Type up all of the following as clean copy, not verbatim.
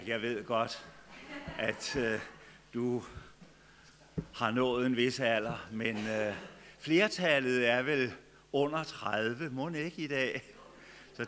Jeg ved godt, at du har nået en vis alder, men flertallet er vel under 30, må ikke i dag. Så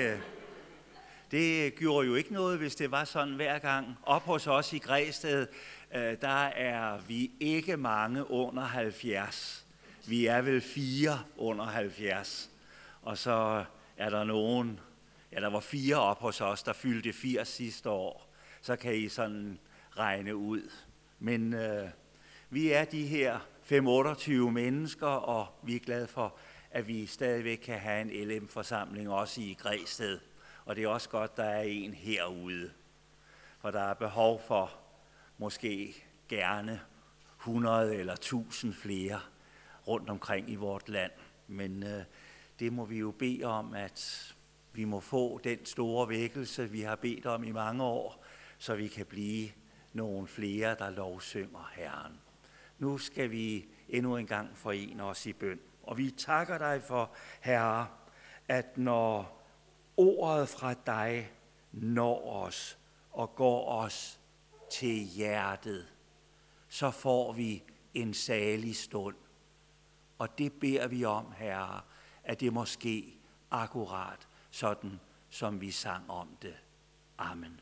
det gjorde jo ikke noget, hvis det var sådan hver gang. Op hos os i Græsted, der er vi ikke mange under 70. Vi er vel 4 under 70. Og så er der nogen, der var 4 op hos os, der fyldte 80 sidste år. Så kan I sådan regne ud. Men vi er de her 5-28 mennesker, og vi er glade for, at vi stadigvæk kan have en LM-forsamling også i Græsted. Og det er også godt, der er en herude. For der er behov for måske gerne 100 eller 1000 flere rundt omkring i vort land. Men det må vi jo bede om, at vi må få den store vækkelse, vi har bedt om i mange år, så vi kan blive nogle flere, der lovsynger Herren. Nu skal vi endnu en gang forene os i bøn. Og vi takker dig for, Herre, at når ordet fra dig når os og går os til hjertet, så får vi en salig stund. Og det beder vi om, Herre, at det må ske akkurat sådan, som vi sang om det. Amen.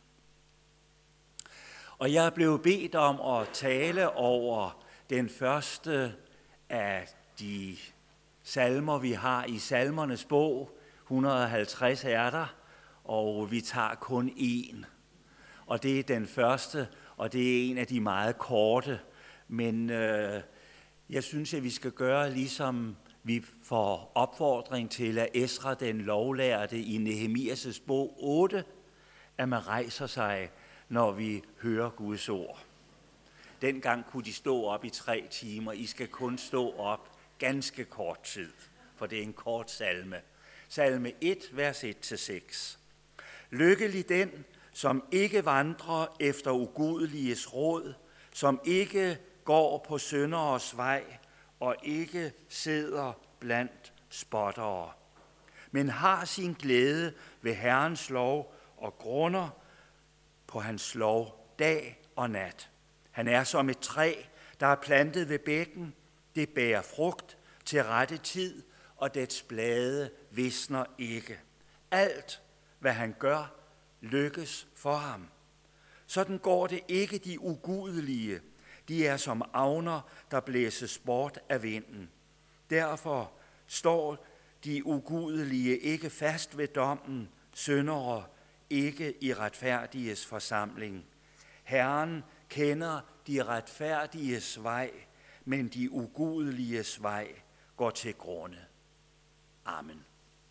Og jeg blev bedt om at tale over den første af de salmer, vi har i Salmernes bog. 150 er der, og vi tager kun én. Og det er den første, og det er en af de meget korte. Men jeg synes, at vi skal gøre ligesom vi får opfordring til af Esra, den lovlærte i Nehemias' bog 8, at man rejser sig, når vi hører Guds ord. Dengang kunne de stå op i 3 timer. I skal kun stå op ganske kort tid, for det er en kort salme. Salme 1, vers 1-6. Lykkelig den, som ikke vandrer efter ugudeliges råd, som ikke går på synderes vej og ikke sidder blandt spottere, men har sin glæde ved Herrens lov og grunder på hans lov dag og nat. Han er som et træ, der er plantet ved bækken. Det bærer frugt til rette tid, og dets blade visner ikke. Alt, hvad han gør, lykkes for ham. Sådan går det ikke de ugudelige. De er som avner, der blæses bort af vinden. Derfor står de ugudelige ikke fast ved dommen, syndere ikke i retfærdiges forsamling. Herren kender de retfærdiges vej, men de ugudeliges vej går til grunde. Amen.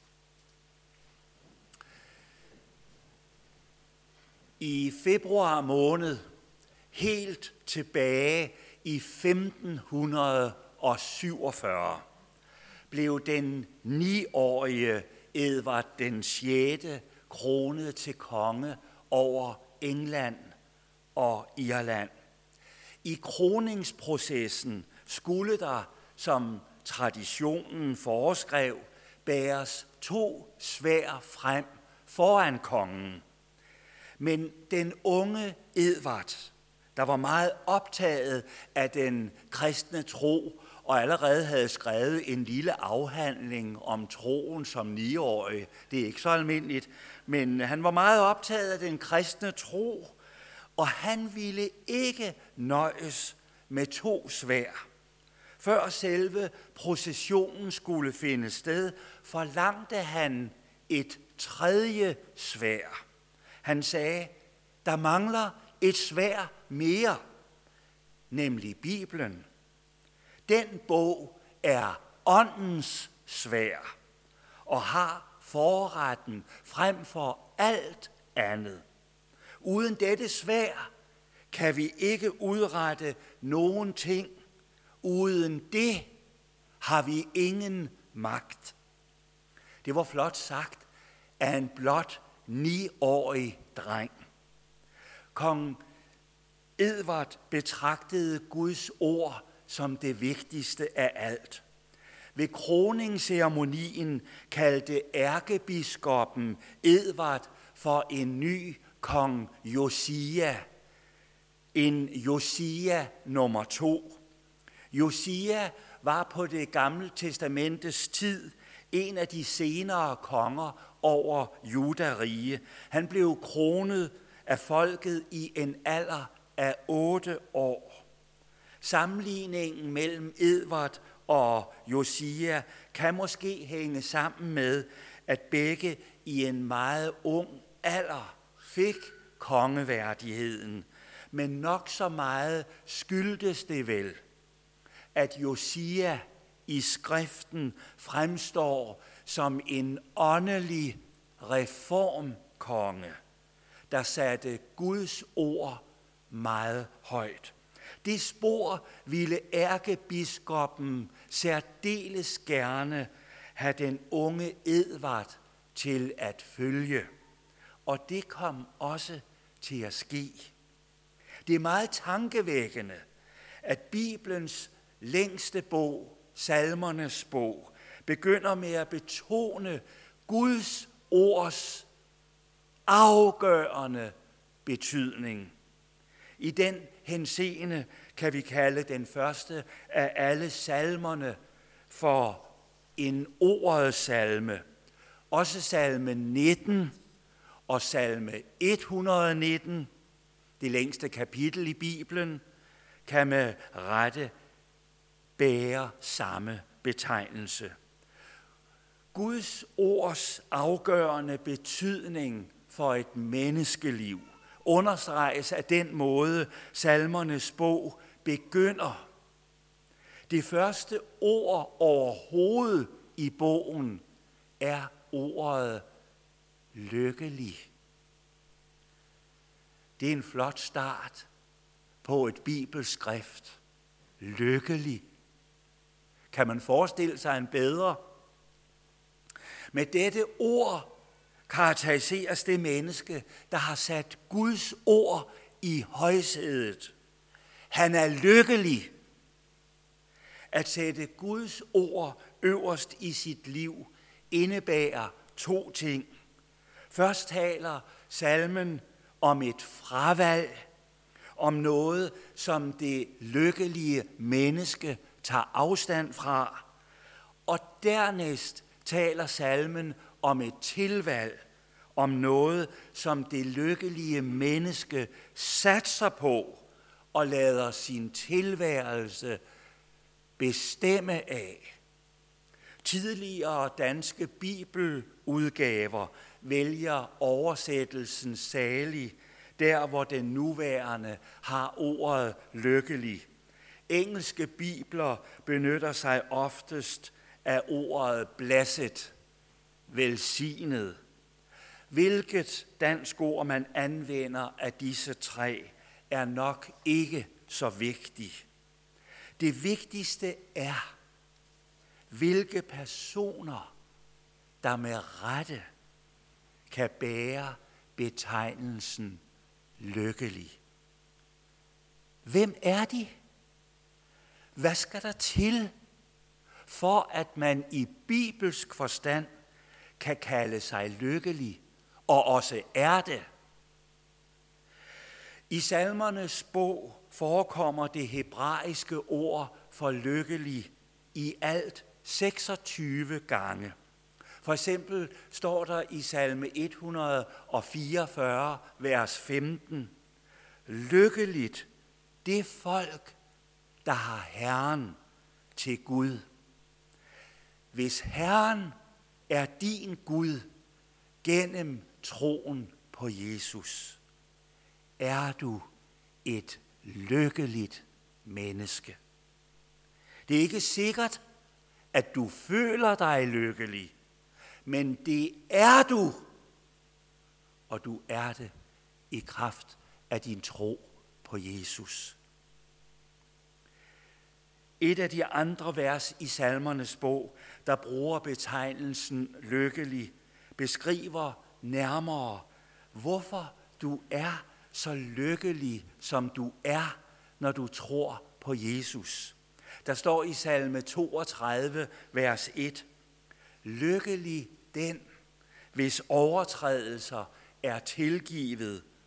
I februar måned, helt tilbage i 1547, blev den 9-årige Edvard den 6. kronet til konge over England og Irland. I kroningsprocessen skulle der, som traditionen foreskrev, bæres 2 sværd frem foran kongen. Men den unge Edvard, der var meget optaget af den kristne tro, og allerede havde skrevet en lille afhandling om troen som 9-årig. Det er ikke så almindeligt, men han var meget optaget af den kristne tro, og han ville ikke nøjes med 2 sværd. Før selve processionen skulle finde sted, forlangte han et 3. sværd. Han sagde, der mangler et sværd mere, nemlig Bibelen. Den bog er åndens sværd og har forretten frem for alt andet. Uden dette sværd kan vi ikke udrette nogen ting. Uden det har vi ingen magt. Det var flot sagt af en blot 9-årig dreng. Kong Edvard betragtede Guds ord som det vigtigste af alt. Ved kroningsceremonien kaldte ærkebiskoppen Edvard for en ny kong Josia, en Josia nummer 2. Josia var på det gamle testamentets tid en af de senere konger over Judarige. Han blev kronet af folket i en alder af 8 år. Sammenligningen mellem Edvard og Josia kan måske hænge sammen med, at begge i en meget ung alder fik kongeværdigheden. Men nok så meget skyldtes det vel, at Josia i skriften fremstår som en åndelig reformkonge, der satte Guds ord meget højt. Det spor ville ærkebiskoppen særdeles gerne have den unge Edvard til at følge. Og det kom også til at ske. Det er meget tankevækkende, at Bibelens længste bog, Salmernes bog, begynder med at betone Guds ords afgørende betydning. I den henseende kan vi kalde den første af alle salmerne for en ordets salme. Også salme 19 og salme 119, det længste kapitel i Bibelen, kan med rette bære samme betegnelse. Guds ords afgørende betydning for et menneskeliv understreges af den måde, salmernes bog begynder. Det første ord overhovedet i bogen er ordet lykkelig. Det er en flot start på et bibelskrift. Lykkelig. Kan man forestille sig en bedre? Med dette ord karakteriseres det menneske, der har sat Guds ord i højsædet. Han er lykkelig. At sætte Guds ord øverst i sit liv indebærer 2 ting. Først taler salmen om et fravalg, om noget, som det lykkelige menneske tager afstand fra. Og dernæst taler salmen om et tilvalg, om noget, som det lykkelige menneske satser på og lader sin tilværelse bestemme af. Tidligere danske bibeludgaver vælger oversættelsen salig, der hvor den nuværende har ordet lykkelig. Engelske bibler benytter sig oftest af ordet blessed, velsignet. Hvilket dansk ord man anvender af disse 3, er nok ikke så vigtigt. Det vigtigste er, hvilke personer, der med rette kan bære betegnelsen lykkelig. Hvem er de? Hvad skal der til, for at man i bibelsk forstand kan kalde sig lykkelig, og også er det? I salmernes bog forekommer det hebraiske ord for lykkelig i alt 26 gange. For eksempel står der i salme 144, vers 15, lykkeligt det folk, der har Herren til Gud. Hvis Herren er din Gud gennem troen på Jesus, er du et lykkeligt menneske. Det er ikke sikkert, at du føler dig lykkelig, men det er du, og du er det i kraft af din tro på Jesus. Et af de andre vers i salmernes bog, der bruger betegnelsen lykkelig, beskriver nærmere, hvorfor du er så lykkelig, som du er, når du tror på Jesus. Der står i salme 32, vers 1, lykkelig den, hvis overtrædelser er tilgivet,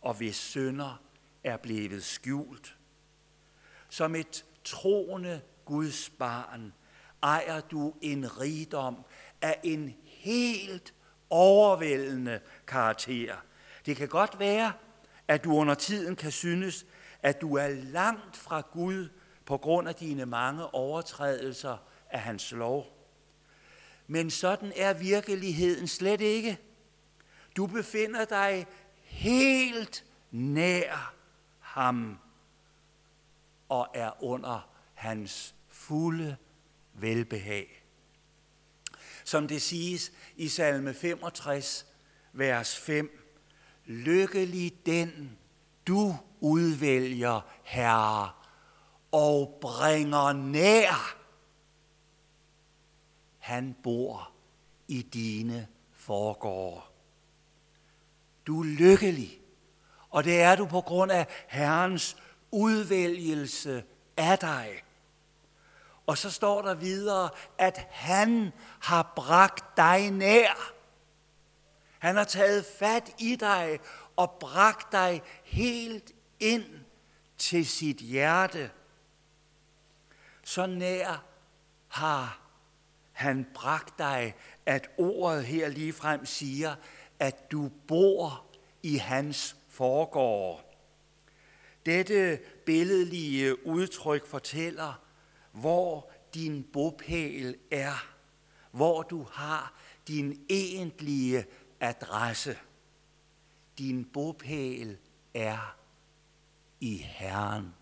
og hvis synder er blevet skjult. Som et troende Guds barn ejer du en rigdom af en helt overvældende karakter. Det kan godt være, at du under tiden kan synes, at du er langt fra Gud på grund af dine mange overtrædelser af hans lov. Men sådan er virkeligheden slet ikke. Du befinder dig helt nær ham og er under hans fulde velbehag. Som det siges i salme 65, vers 5. Lykkelig den, du udvælger, Herre, og bringer nær. Han bor i dine forgårde. Du er lykkelig, og det er du på grund af Herrens udvælgelse af dig. Og så står der videre, at han har bragt dig nær. Han har taget fat i dig og bragt dig helt ind til sit hjerte. Så nær har han bragt dig, at ordet her ligefrem siger, at du bor i hans forgård. Dette billedlige udtryk fortæller, hvor din bopæl er, hvor du har din egentlige adresse. Din bopæl er i Herren.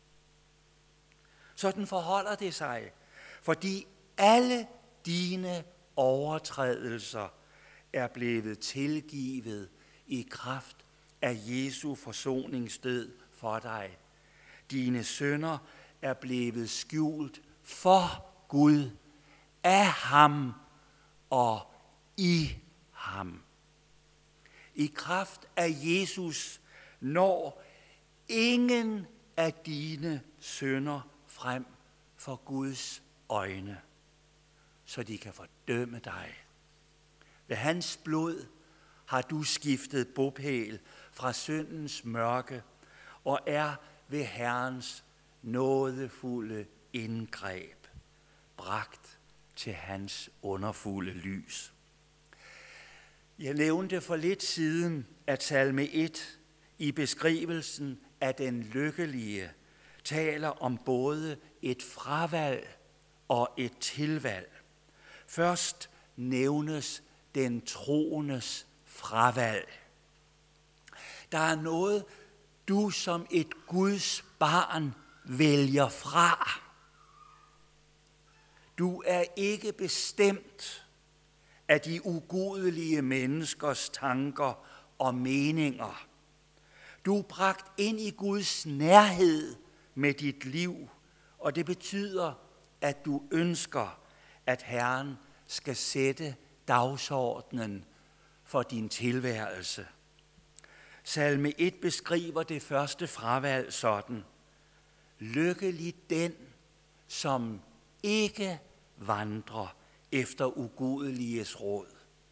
Sådan forholder det sig, fordi alle dine overtrædelser er blevet tilgivet i kraft af Jesu forsoningsdød for dig. Dine synder er blevet skjult for Gud, af ham og i ham. I kraft af Jesus når ingen af dine synder frem for Guds øjne, så de kan fordømme dig. Ved hans blod har du skiftet bopæl fra syndens mørke og er ved Herrens nådefulde indgreb bragt til hans underfulde lys. Jeg nævnte for lidt siden, at salme 1 i beskrivelsen af den lykkelige taler om både et fravalg og et tilvalg. Først nævnes den troendes fravalg. Der er noget, du som et Guds barn vælger fra. Du er ikke bestemt af de ugudelige menneskers tanker og meninger. Du er bragt ind i Guds nærhed med dit liv, og det betyder, at du ønsker, at Herren skal sætte dagsordenen for din tilværelse. Salme 1 beskriver det første fravalg sådan: lykkelig den, som ikke vandrer efter ugudeliges råd.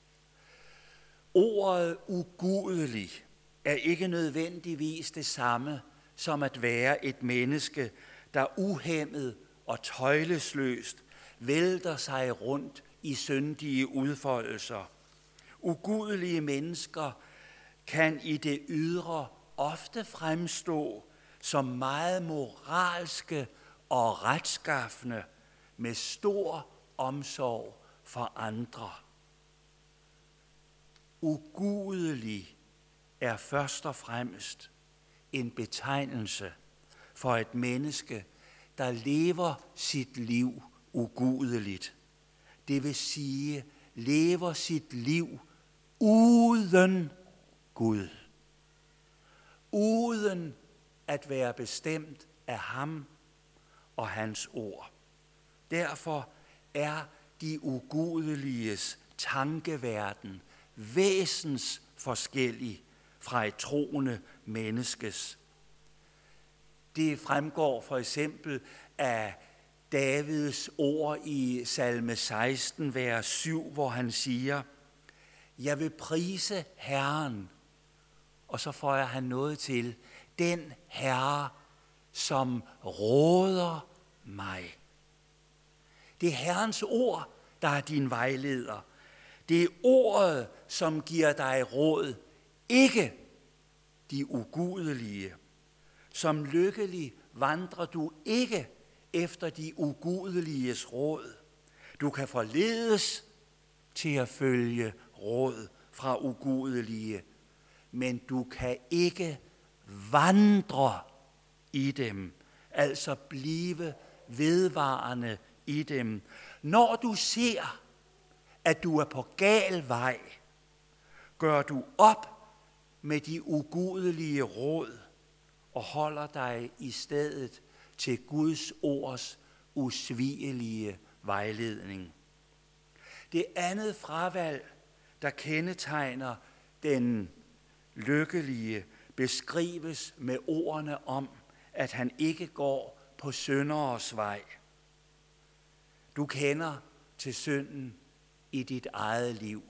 Ordet ugudelig er ikke nødvendigvis det samme som at være et menneske, der uhæmmet og tøjlesløst vælter sig rundt i syndige udfoldelser. Ugudelige mennesker kan i det ydre ofte fremstå som meget moralske og retskaffende med stor omsorg for andre. Ugudelig er først og fremmest en betegnelse for et menneske, der lever sit liv ugudeligt. Det vil sige, lever sit liv uden Gud. Uden at være bestemt af ham og hans ord. Derfor er de ugudeliges tankeverden væsens forskellig fra et troende menneskes. Det fremgår for eksempel af Davids ord i salme 16, vers 7, hvor han siger: jeg vil prise Herren Og så føjer han noget til. Den Herre, som råder mig. Det er Herrens ord, der er din vejleder. Det er ordet, som giver dig råd, ikke de ugudelige. Som lykkelig vandrer du ikke efter de ugudeliges råd. Du kan forledes til at følge råd fra ugudelige, men du kan ikke vandre i dem, altså blive vedvarende i dem. Når du ser, at du er på gal vej, gør du op med de ugudelige råd og holder dig i stedet til Guds ords usvigelige vejledning. Det andet fravalg, der kendetegner den lykkelige, beskrives med ordene om, at han ikke går på synderes vej. Du kender til synden i dit eget liv.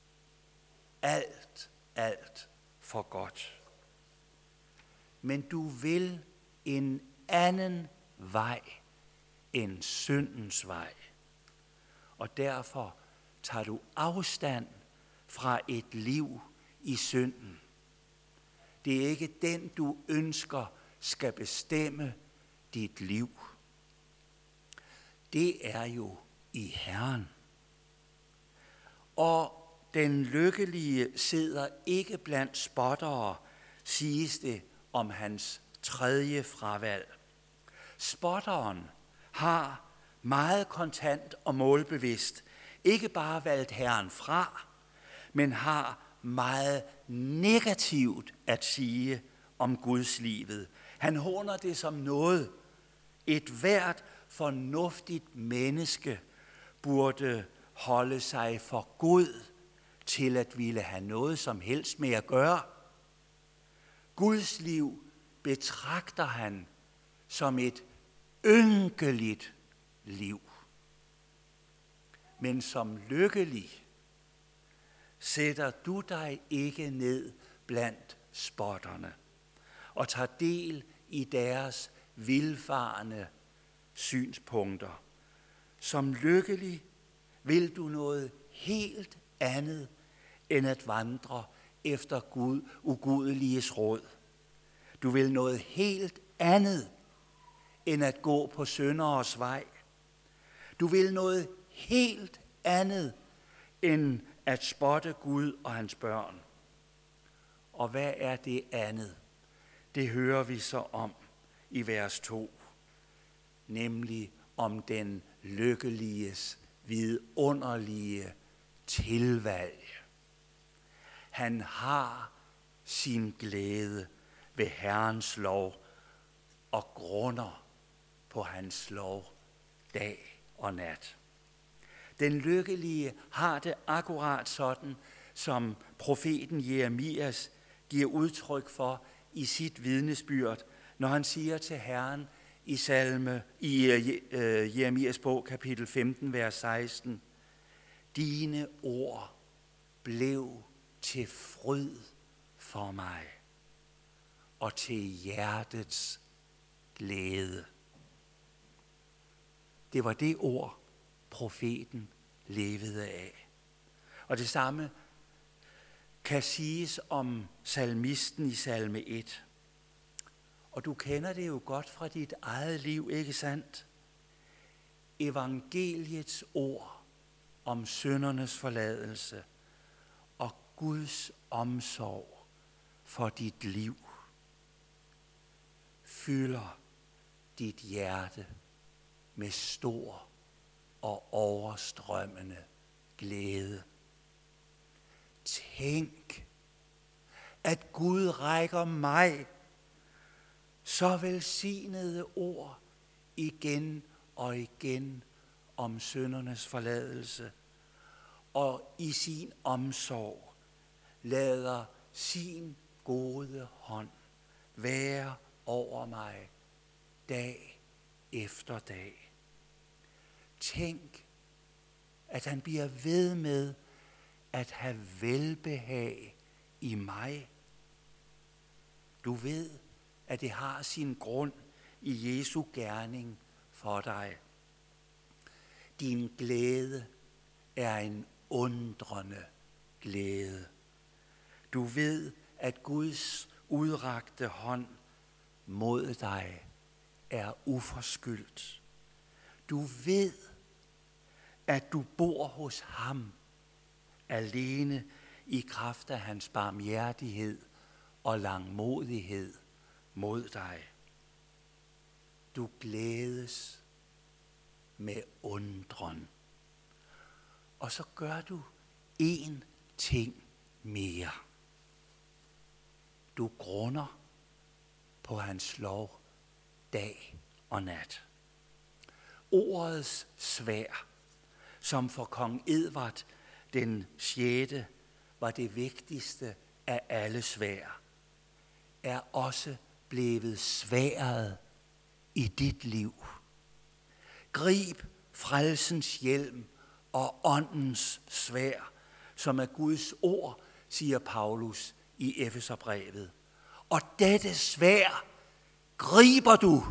Alt for godt. Men du vil en anden vej end syndens vej. Og derfor tager du afstand fra et liv i synden. Det er ikke den, du ønsker, skal bestemme dit liv. Det er jo i Herren. Og den lykkelige sidder ikke blandt spottere, siges det om hans tredje fravalg. Spotteren har meget kontant og målbevidst ikke bare valgt Herren fra, men har meget negativt at sige om Guds livet. Han håner det som noget, et hvert fornuftigt menneske burde holde sig for god til at ville have noget som helst med at gøre. Guds liv betragter han som et ynkeligt liv. Men som lykkelig sætter du dig ikke ned blandt spotterne og tager del i deres vildfarne synspunkter. Som lykkelig vil du noget helt andet end at vandre efter ugudeliges råd. Du vil noget helt andet end at gå på synderes vej. Du vil noget helt andet end at spotte Gud og hans børn. Og hvad er det andet? Det hører vi så om i vers 2, nemlig om den lykkeliges vidunderlige tilvalg. Han har sin glæde ved Herrens lov og grunder på hans lov dag og nat. Den lykkelige har det akkurat sådan, som profeten Jeremias giver udtryk for i sit vidnesbyrd, når han siger til Herren i Jeremias bog, kapitel 15, vers 16, dine ord blev til fryd for mig og til hjertets glæde. Det var det ord, profeten levede af. Og det samme kan siges om salmisten i salme 1. Og du kender det jo godt fra dit eget liv, ikke sandt? Evangeliets ord om syndernes forladelse og Guds omsorg for dit liv fylder dit hjerte med stor og overstrømmende glæde. Tænk, at Gud rækker mig så velsignede ord igen og igen om syndernes forladelse, og i sin omsorg lader sin gode hånd være over mig dag efter dag. Tænk, at han bliver ved med at have velbehag i mig. Du ved, at det har sin grund i Jesu gerning for dig. Din glæde er en undrende glæde. Du ved, at Guds udrakte hånd mod dig er uforskyldt. Du ved, at du bor hos ham alene i kraft af hans barmhjertighed og langmodighed mod dig. Du glædes med undren. Og så gør du én ting mere. Du grunder på hans lov dag og nat. Ordets sværd, som for kong Edvard den 6. var det vigtigste af alle sværd, er også blevet sværdet i dit liv. Grib frelsens hjelm og åndens sværd, som er Guds ord, siger Paulus i Efeserbrevet. Og dette sværd griber du.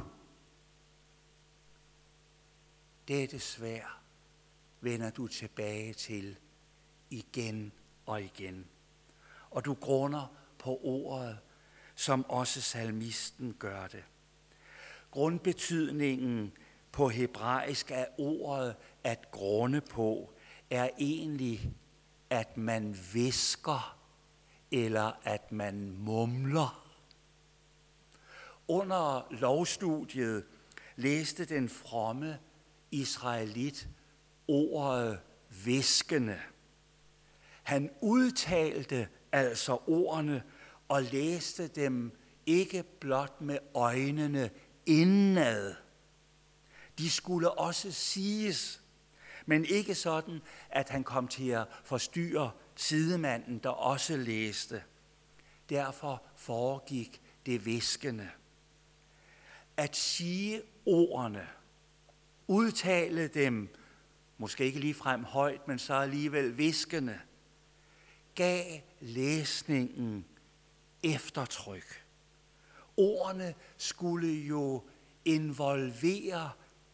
Dette sværd vender du tilbage til igen og igen. Og du grunder på ordet, som også salmisten gør det. Grundbetydningen på hebraisk af ordet at grunde på er egentlig, at man hvisker eller at man mumler. Under lovstudiet læste den fromme israelit ordet hviskende. Han udtalte altså ordene og læste dem ikke blot med øjnene indad. De skulle også siges, men ikke sådan, at han kom til at forstyrre sidemanden, der også læste. Derfor foregik det hviskende. At sige ordene, udtale dem, måske ikke ligefrem højt, men så alligevel hviskende, gav læsningen eftertryk. Ordene skulle jo involvere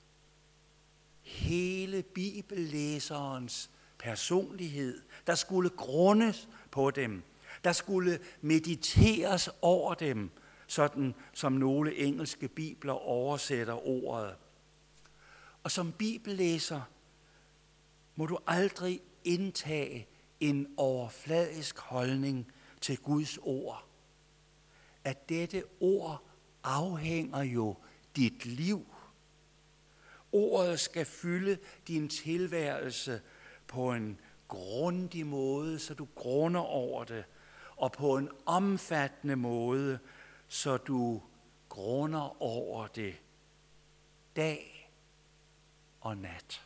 hele bibellæserens personlighed. Der skulle grundes på dem. Der skulle mediteres over dem, sådan som nogle engelske bibler oversætter ordet. Og som bibellæser må du aldrig indtage en overfladisk holdning til Guds ord. At dette ord afhænger jo dit liv. Ordet skal fylde din tilværelse på en grundig måde, så du grunder over det, og på en omfattende måde, så du grunder over det dag og nat.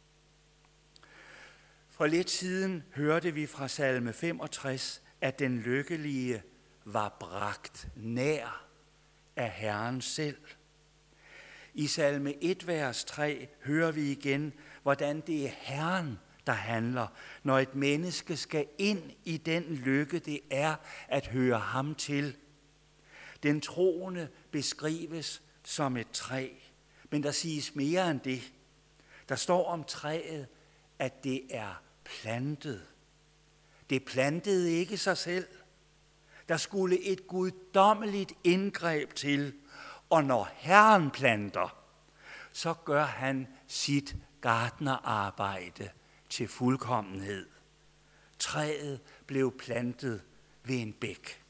For lidt siden hørte vi fra salme 65, at den lykkelige var bragt nær af Herren selv. I salme 1, vers 3 hører vi igen, hvordan det er Herren, der handler, når et menneske skal ind i den lykke, det er at høre ham til. Den troende beskrives som et træ, men der siges mere end det. Der står om træet, at det er plantet. Det plantede ikke sig selv. Der skulle et guddommeligt indgreb til, og når Herren planter, så gør han sit gartnerarbejde til fuldkommenhed. Træet blev plantet ved en bæk.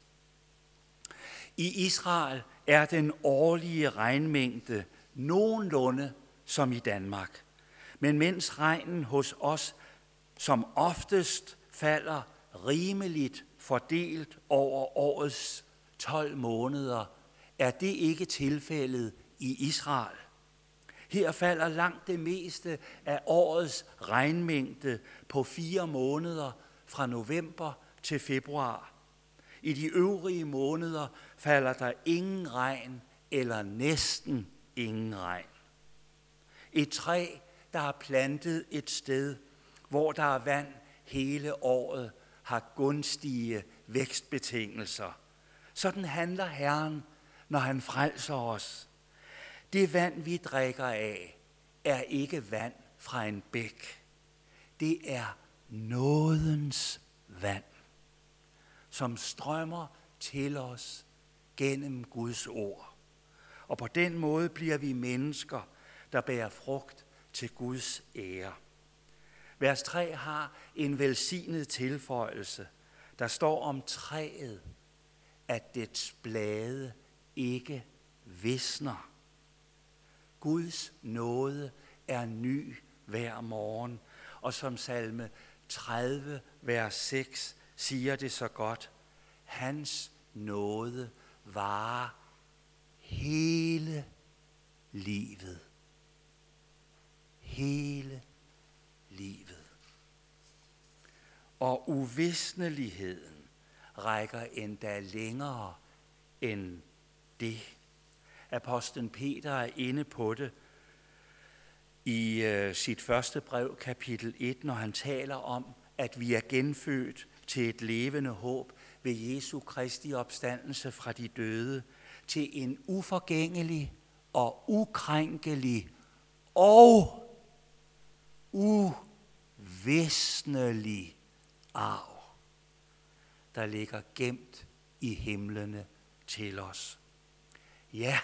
I Israel er den årlige regnmængde nogenlunde som i Danmark. Men mens regnen hos os som oftest falder rimeligt fordelt over årets 12 måneder, er det ikke tilfældet i Israel. Her falder langt det meste af årets regnmængde på 4 måneder fra november til februar. I de øvrige måneder falder der ingen regn eller næsten ingen regn. Et træ, der er plantet et sted, hvor der er vand hele året, har gunstige vækstbetingelser. Sådan handler Herren, når han frelser os. Det vand, vi drikker af, er ikke vand fra en bæk. Det er nådens vand, som strømmer til os gennem Guds ord. Og på den måde bliver vi mennesker, der bærer frugt til Guds ære. Vers 3 har en velsignet tilføjelse. Der står om træet, at dets blade ikke visner. Guds nåde er ny hver morgen, og som salme 30, vers 6 siger det så godt, hans nåde varer hele livet. Hele livet. Og uvisneligheden rækker endda længere end det. Apostlen Peter er inde på det i sit første brev, kapitel 1, når han taler om, at vi er genfødt til et levende håb ved Jesu Kristi opstandelse fra de døde, til en uforgængelig og ukrænkelig og uvisnelig arv, der ligger gemt i himlene til os. Ja,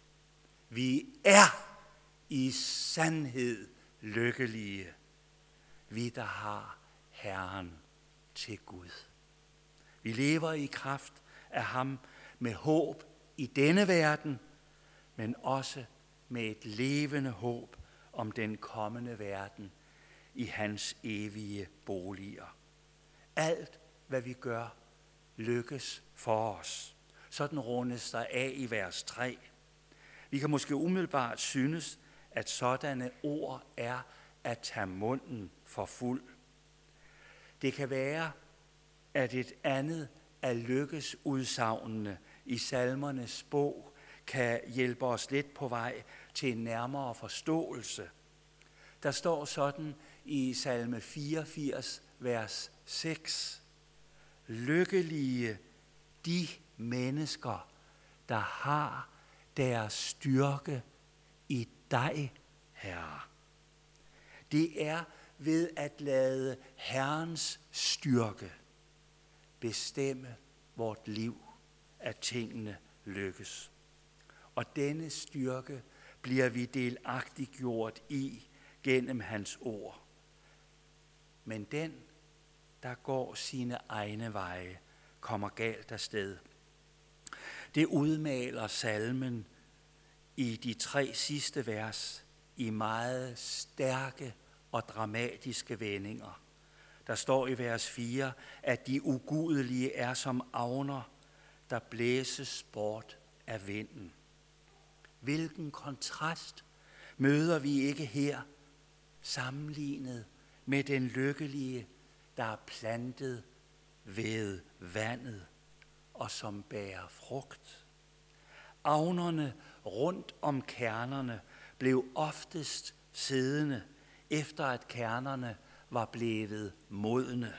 vi er i sandhed lykkelige, vi der har Herren til Gud. Vi lever i kraft af ham med håb i denne verden, men også med et levende håb om den kommende verden i hans evige boliger. Alt, hvad vi gør, lykkes for os. Sådan rundes der af i vers 3. Vi kan måske umiddelbart synes, at sådanne ord er at tage munden for fuld. Det kan være, at et andet af lykkesudsagnene i salmernes bog kan hjælpe os lidt på vej til en nærmere forståelse. Der står sådan i salme 84, vers 6. Lykkelige de mennesker, der har deres styrke i dig, Herre. Det er ved at lade Herrens styrke bestemme vort liv, at tingene lykkes. Og denne styrke bliver vi delagtiggjort i gennem hans ord. Men den, der går sine egne veje, kommer galt afsted. Det udmaler salmen i de 3 sidste vers i meget stærke og dramatiske vendinger. Der står i vers 4, at de ugudelige er som avner, der blæses bort af vinden. Hvilken kontrast møder vi ikke her, sammenlignet med den lykkelige, der er plantet ved vandet og som bærer frugt. Avnerne rundt om kernerne blev oftest siddende, efter at kernerne var blevet modne.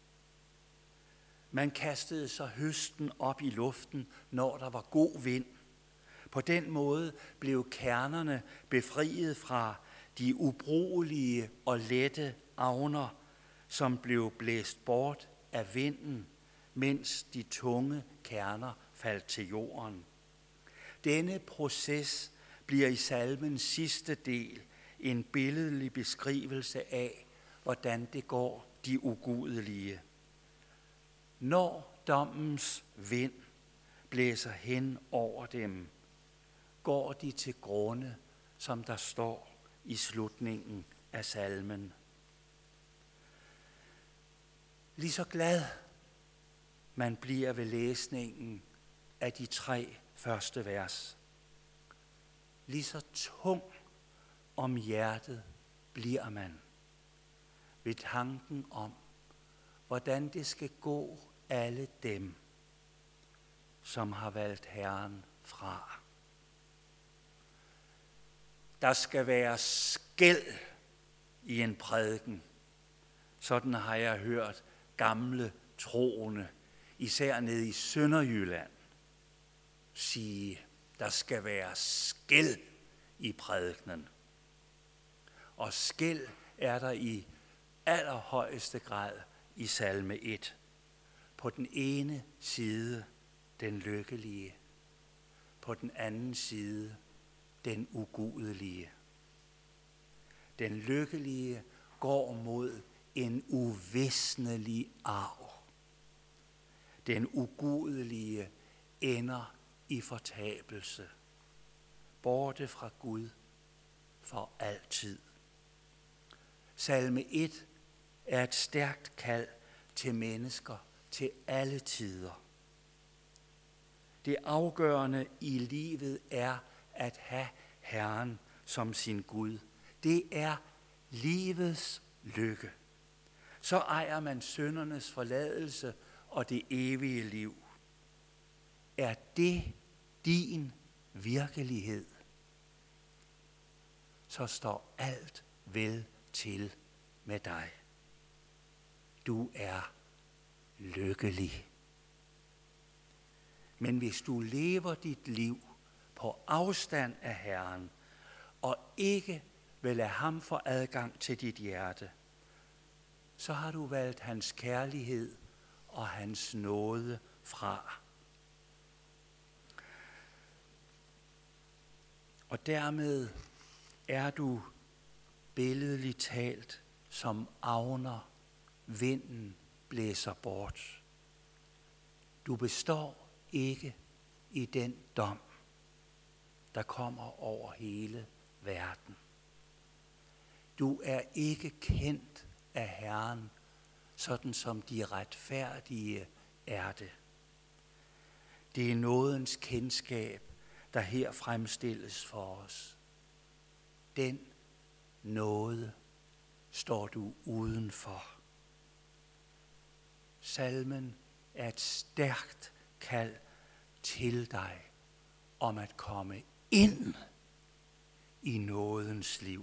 Man kastede så høsten op i luften, når der var god vind. På den måde blev kernerne befriet fra de ubrugelige og lette avner, som blev blæst bort af vinden, mens de tunge kerner faldt til jorden. Denne proces bliver i salmens sidste del en billedlig beskrivelse af, hvordan det går de ugudelige. Når dommens vind blæser hen over dem, går de til grunde, som der står i slutningen af salmen. Lige så glad man bliver ved læsningen af de 3 første vers, lige så tung om hjertet bliver man ved tanken om, hvordan det skal gå alle dem, som har valgt Herren fra. Der skal være skel i en prædiken. Sådan har jeg hørt gamle troende, især nede i Sønderjylland, sige, der skal være skel i prædikenen. Og skel er der i allerhøjeste grad i salme 1. På den ene side den lykkelige, på den anden side den ugudelige. Den lykkelige går mod en uvisnelig arv. Den ugudelige ender i fortabelse, borte fra Gud for altid. Salme 1 er et stærkt kald til mennesker til alle tider. Det afgørende i livet er at have Herren som sin Gud. Det er livets lykke. Så ejer man syndernes forladelse og det evige liv. Er det din virkelighed, så står alt vel til med dig. Du er lykkelig. Men hvis du lever dit liv på afstand af Herren, og ikke vil lade ham få adgang til dit hjerte, så har du valgt hans kærlighed og hans nåde fra. Og dermed er du billedligt talt som avner, vinden blæser bort. Du består ikke i den dom, der kommer over hele verden. Du er ikke kendt af Herren, sådan som de retfærdige er det. Det er nådens kendskab, der her fremstilles for os. Den nåde står du udenfor. Salmen er et stærkt kald til dig om at komme ind i nådens liv.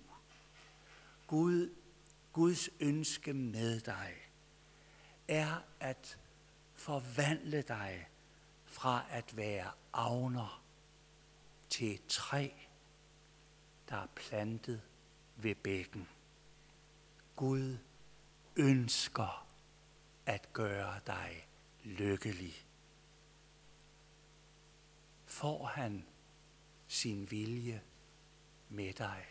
Guds ønske med dig er at forvandle dig fra at være avner til et træ, der er plantet ved bækken. Gud ønsker at gøre dig lykkelig. Får han sin vilje med dig?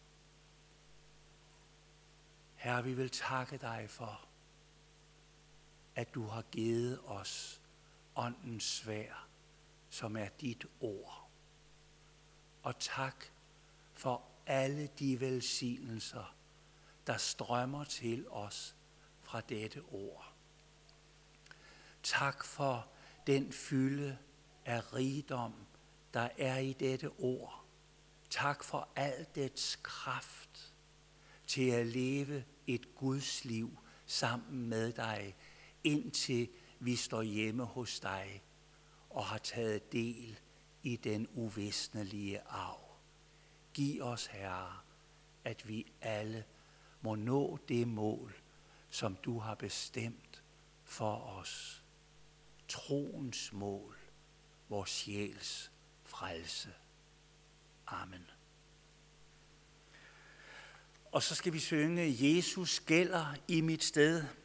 Herre, vi vil takke dig for, at du har givet os åndens sværd, som er dit ord. Og tak for alle de velsignelser, der strømmer til os fra dette ord. Tak for den fylde af rigdom, der er i dette ord. Tak for al dets kraft til at leve et Guds liv sammen med dig, indtil vi står hjemme hos dig og har taget del i den uvisnelige arv. Giv os, Herre, at vi alle må nå det mål, som du har bestemt for os. Troens mål, vores sjæls frelse. Amen. Og så skal vi synge, Jesus gælder i mit sted.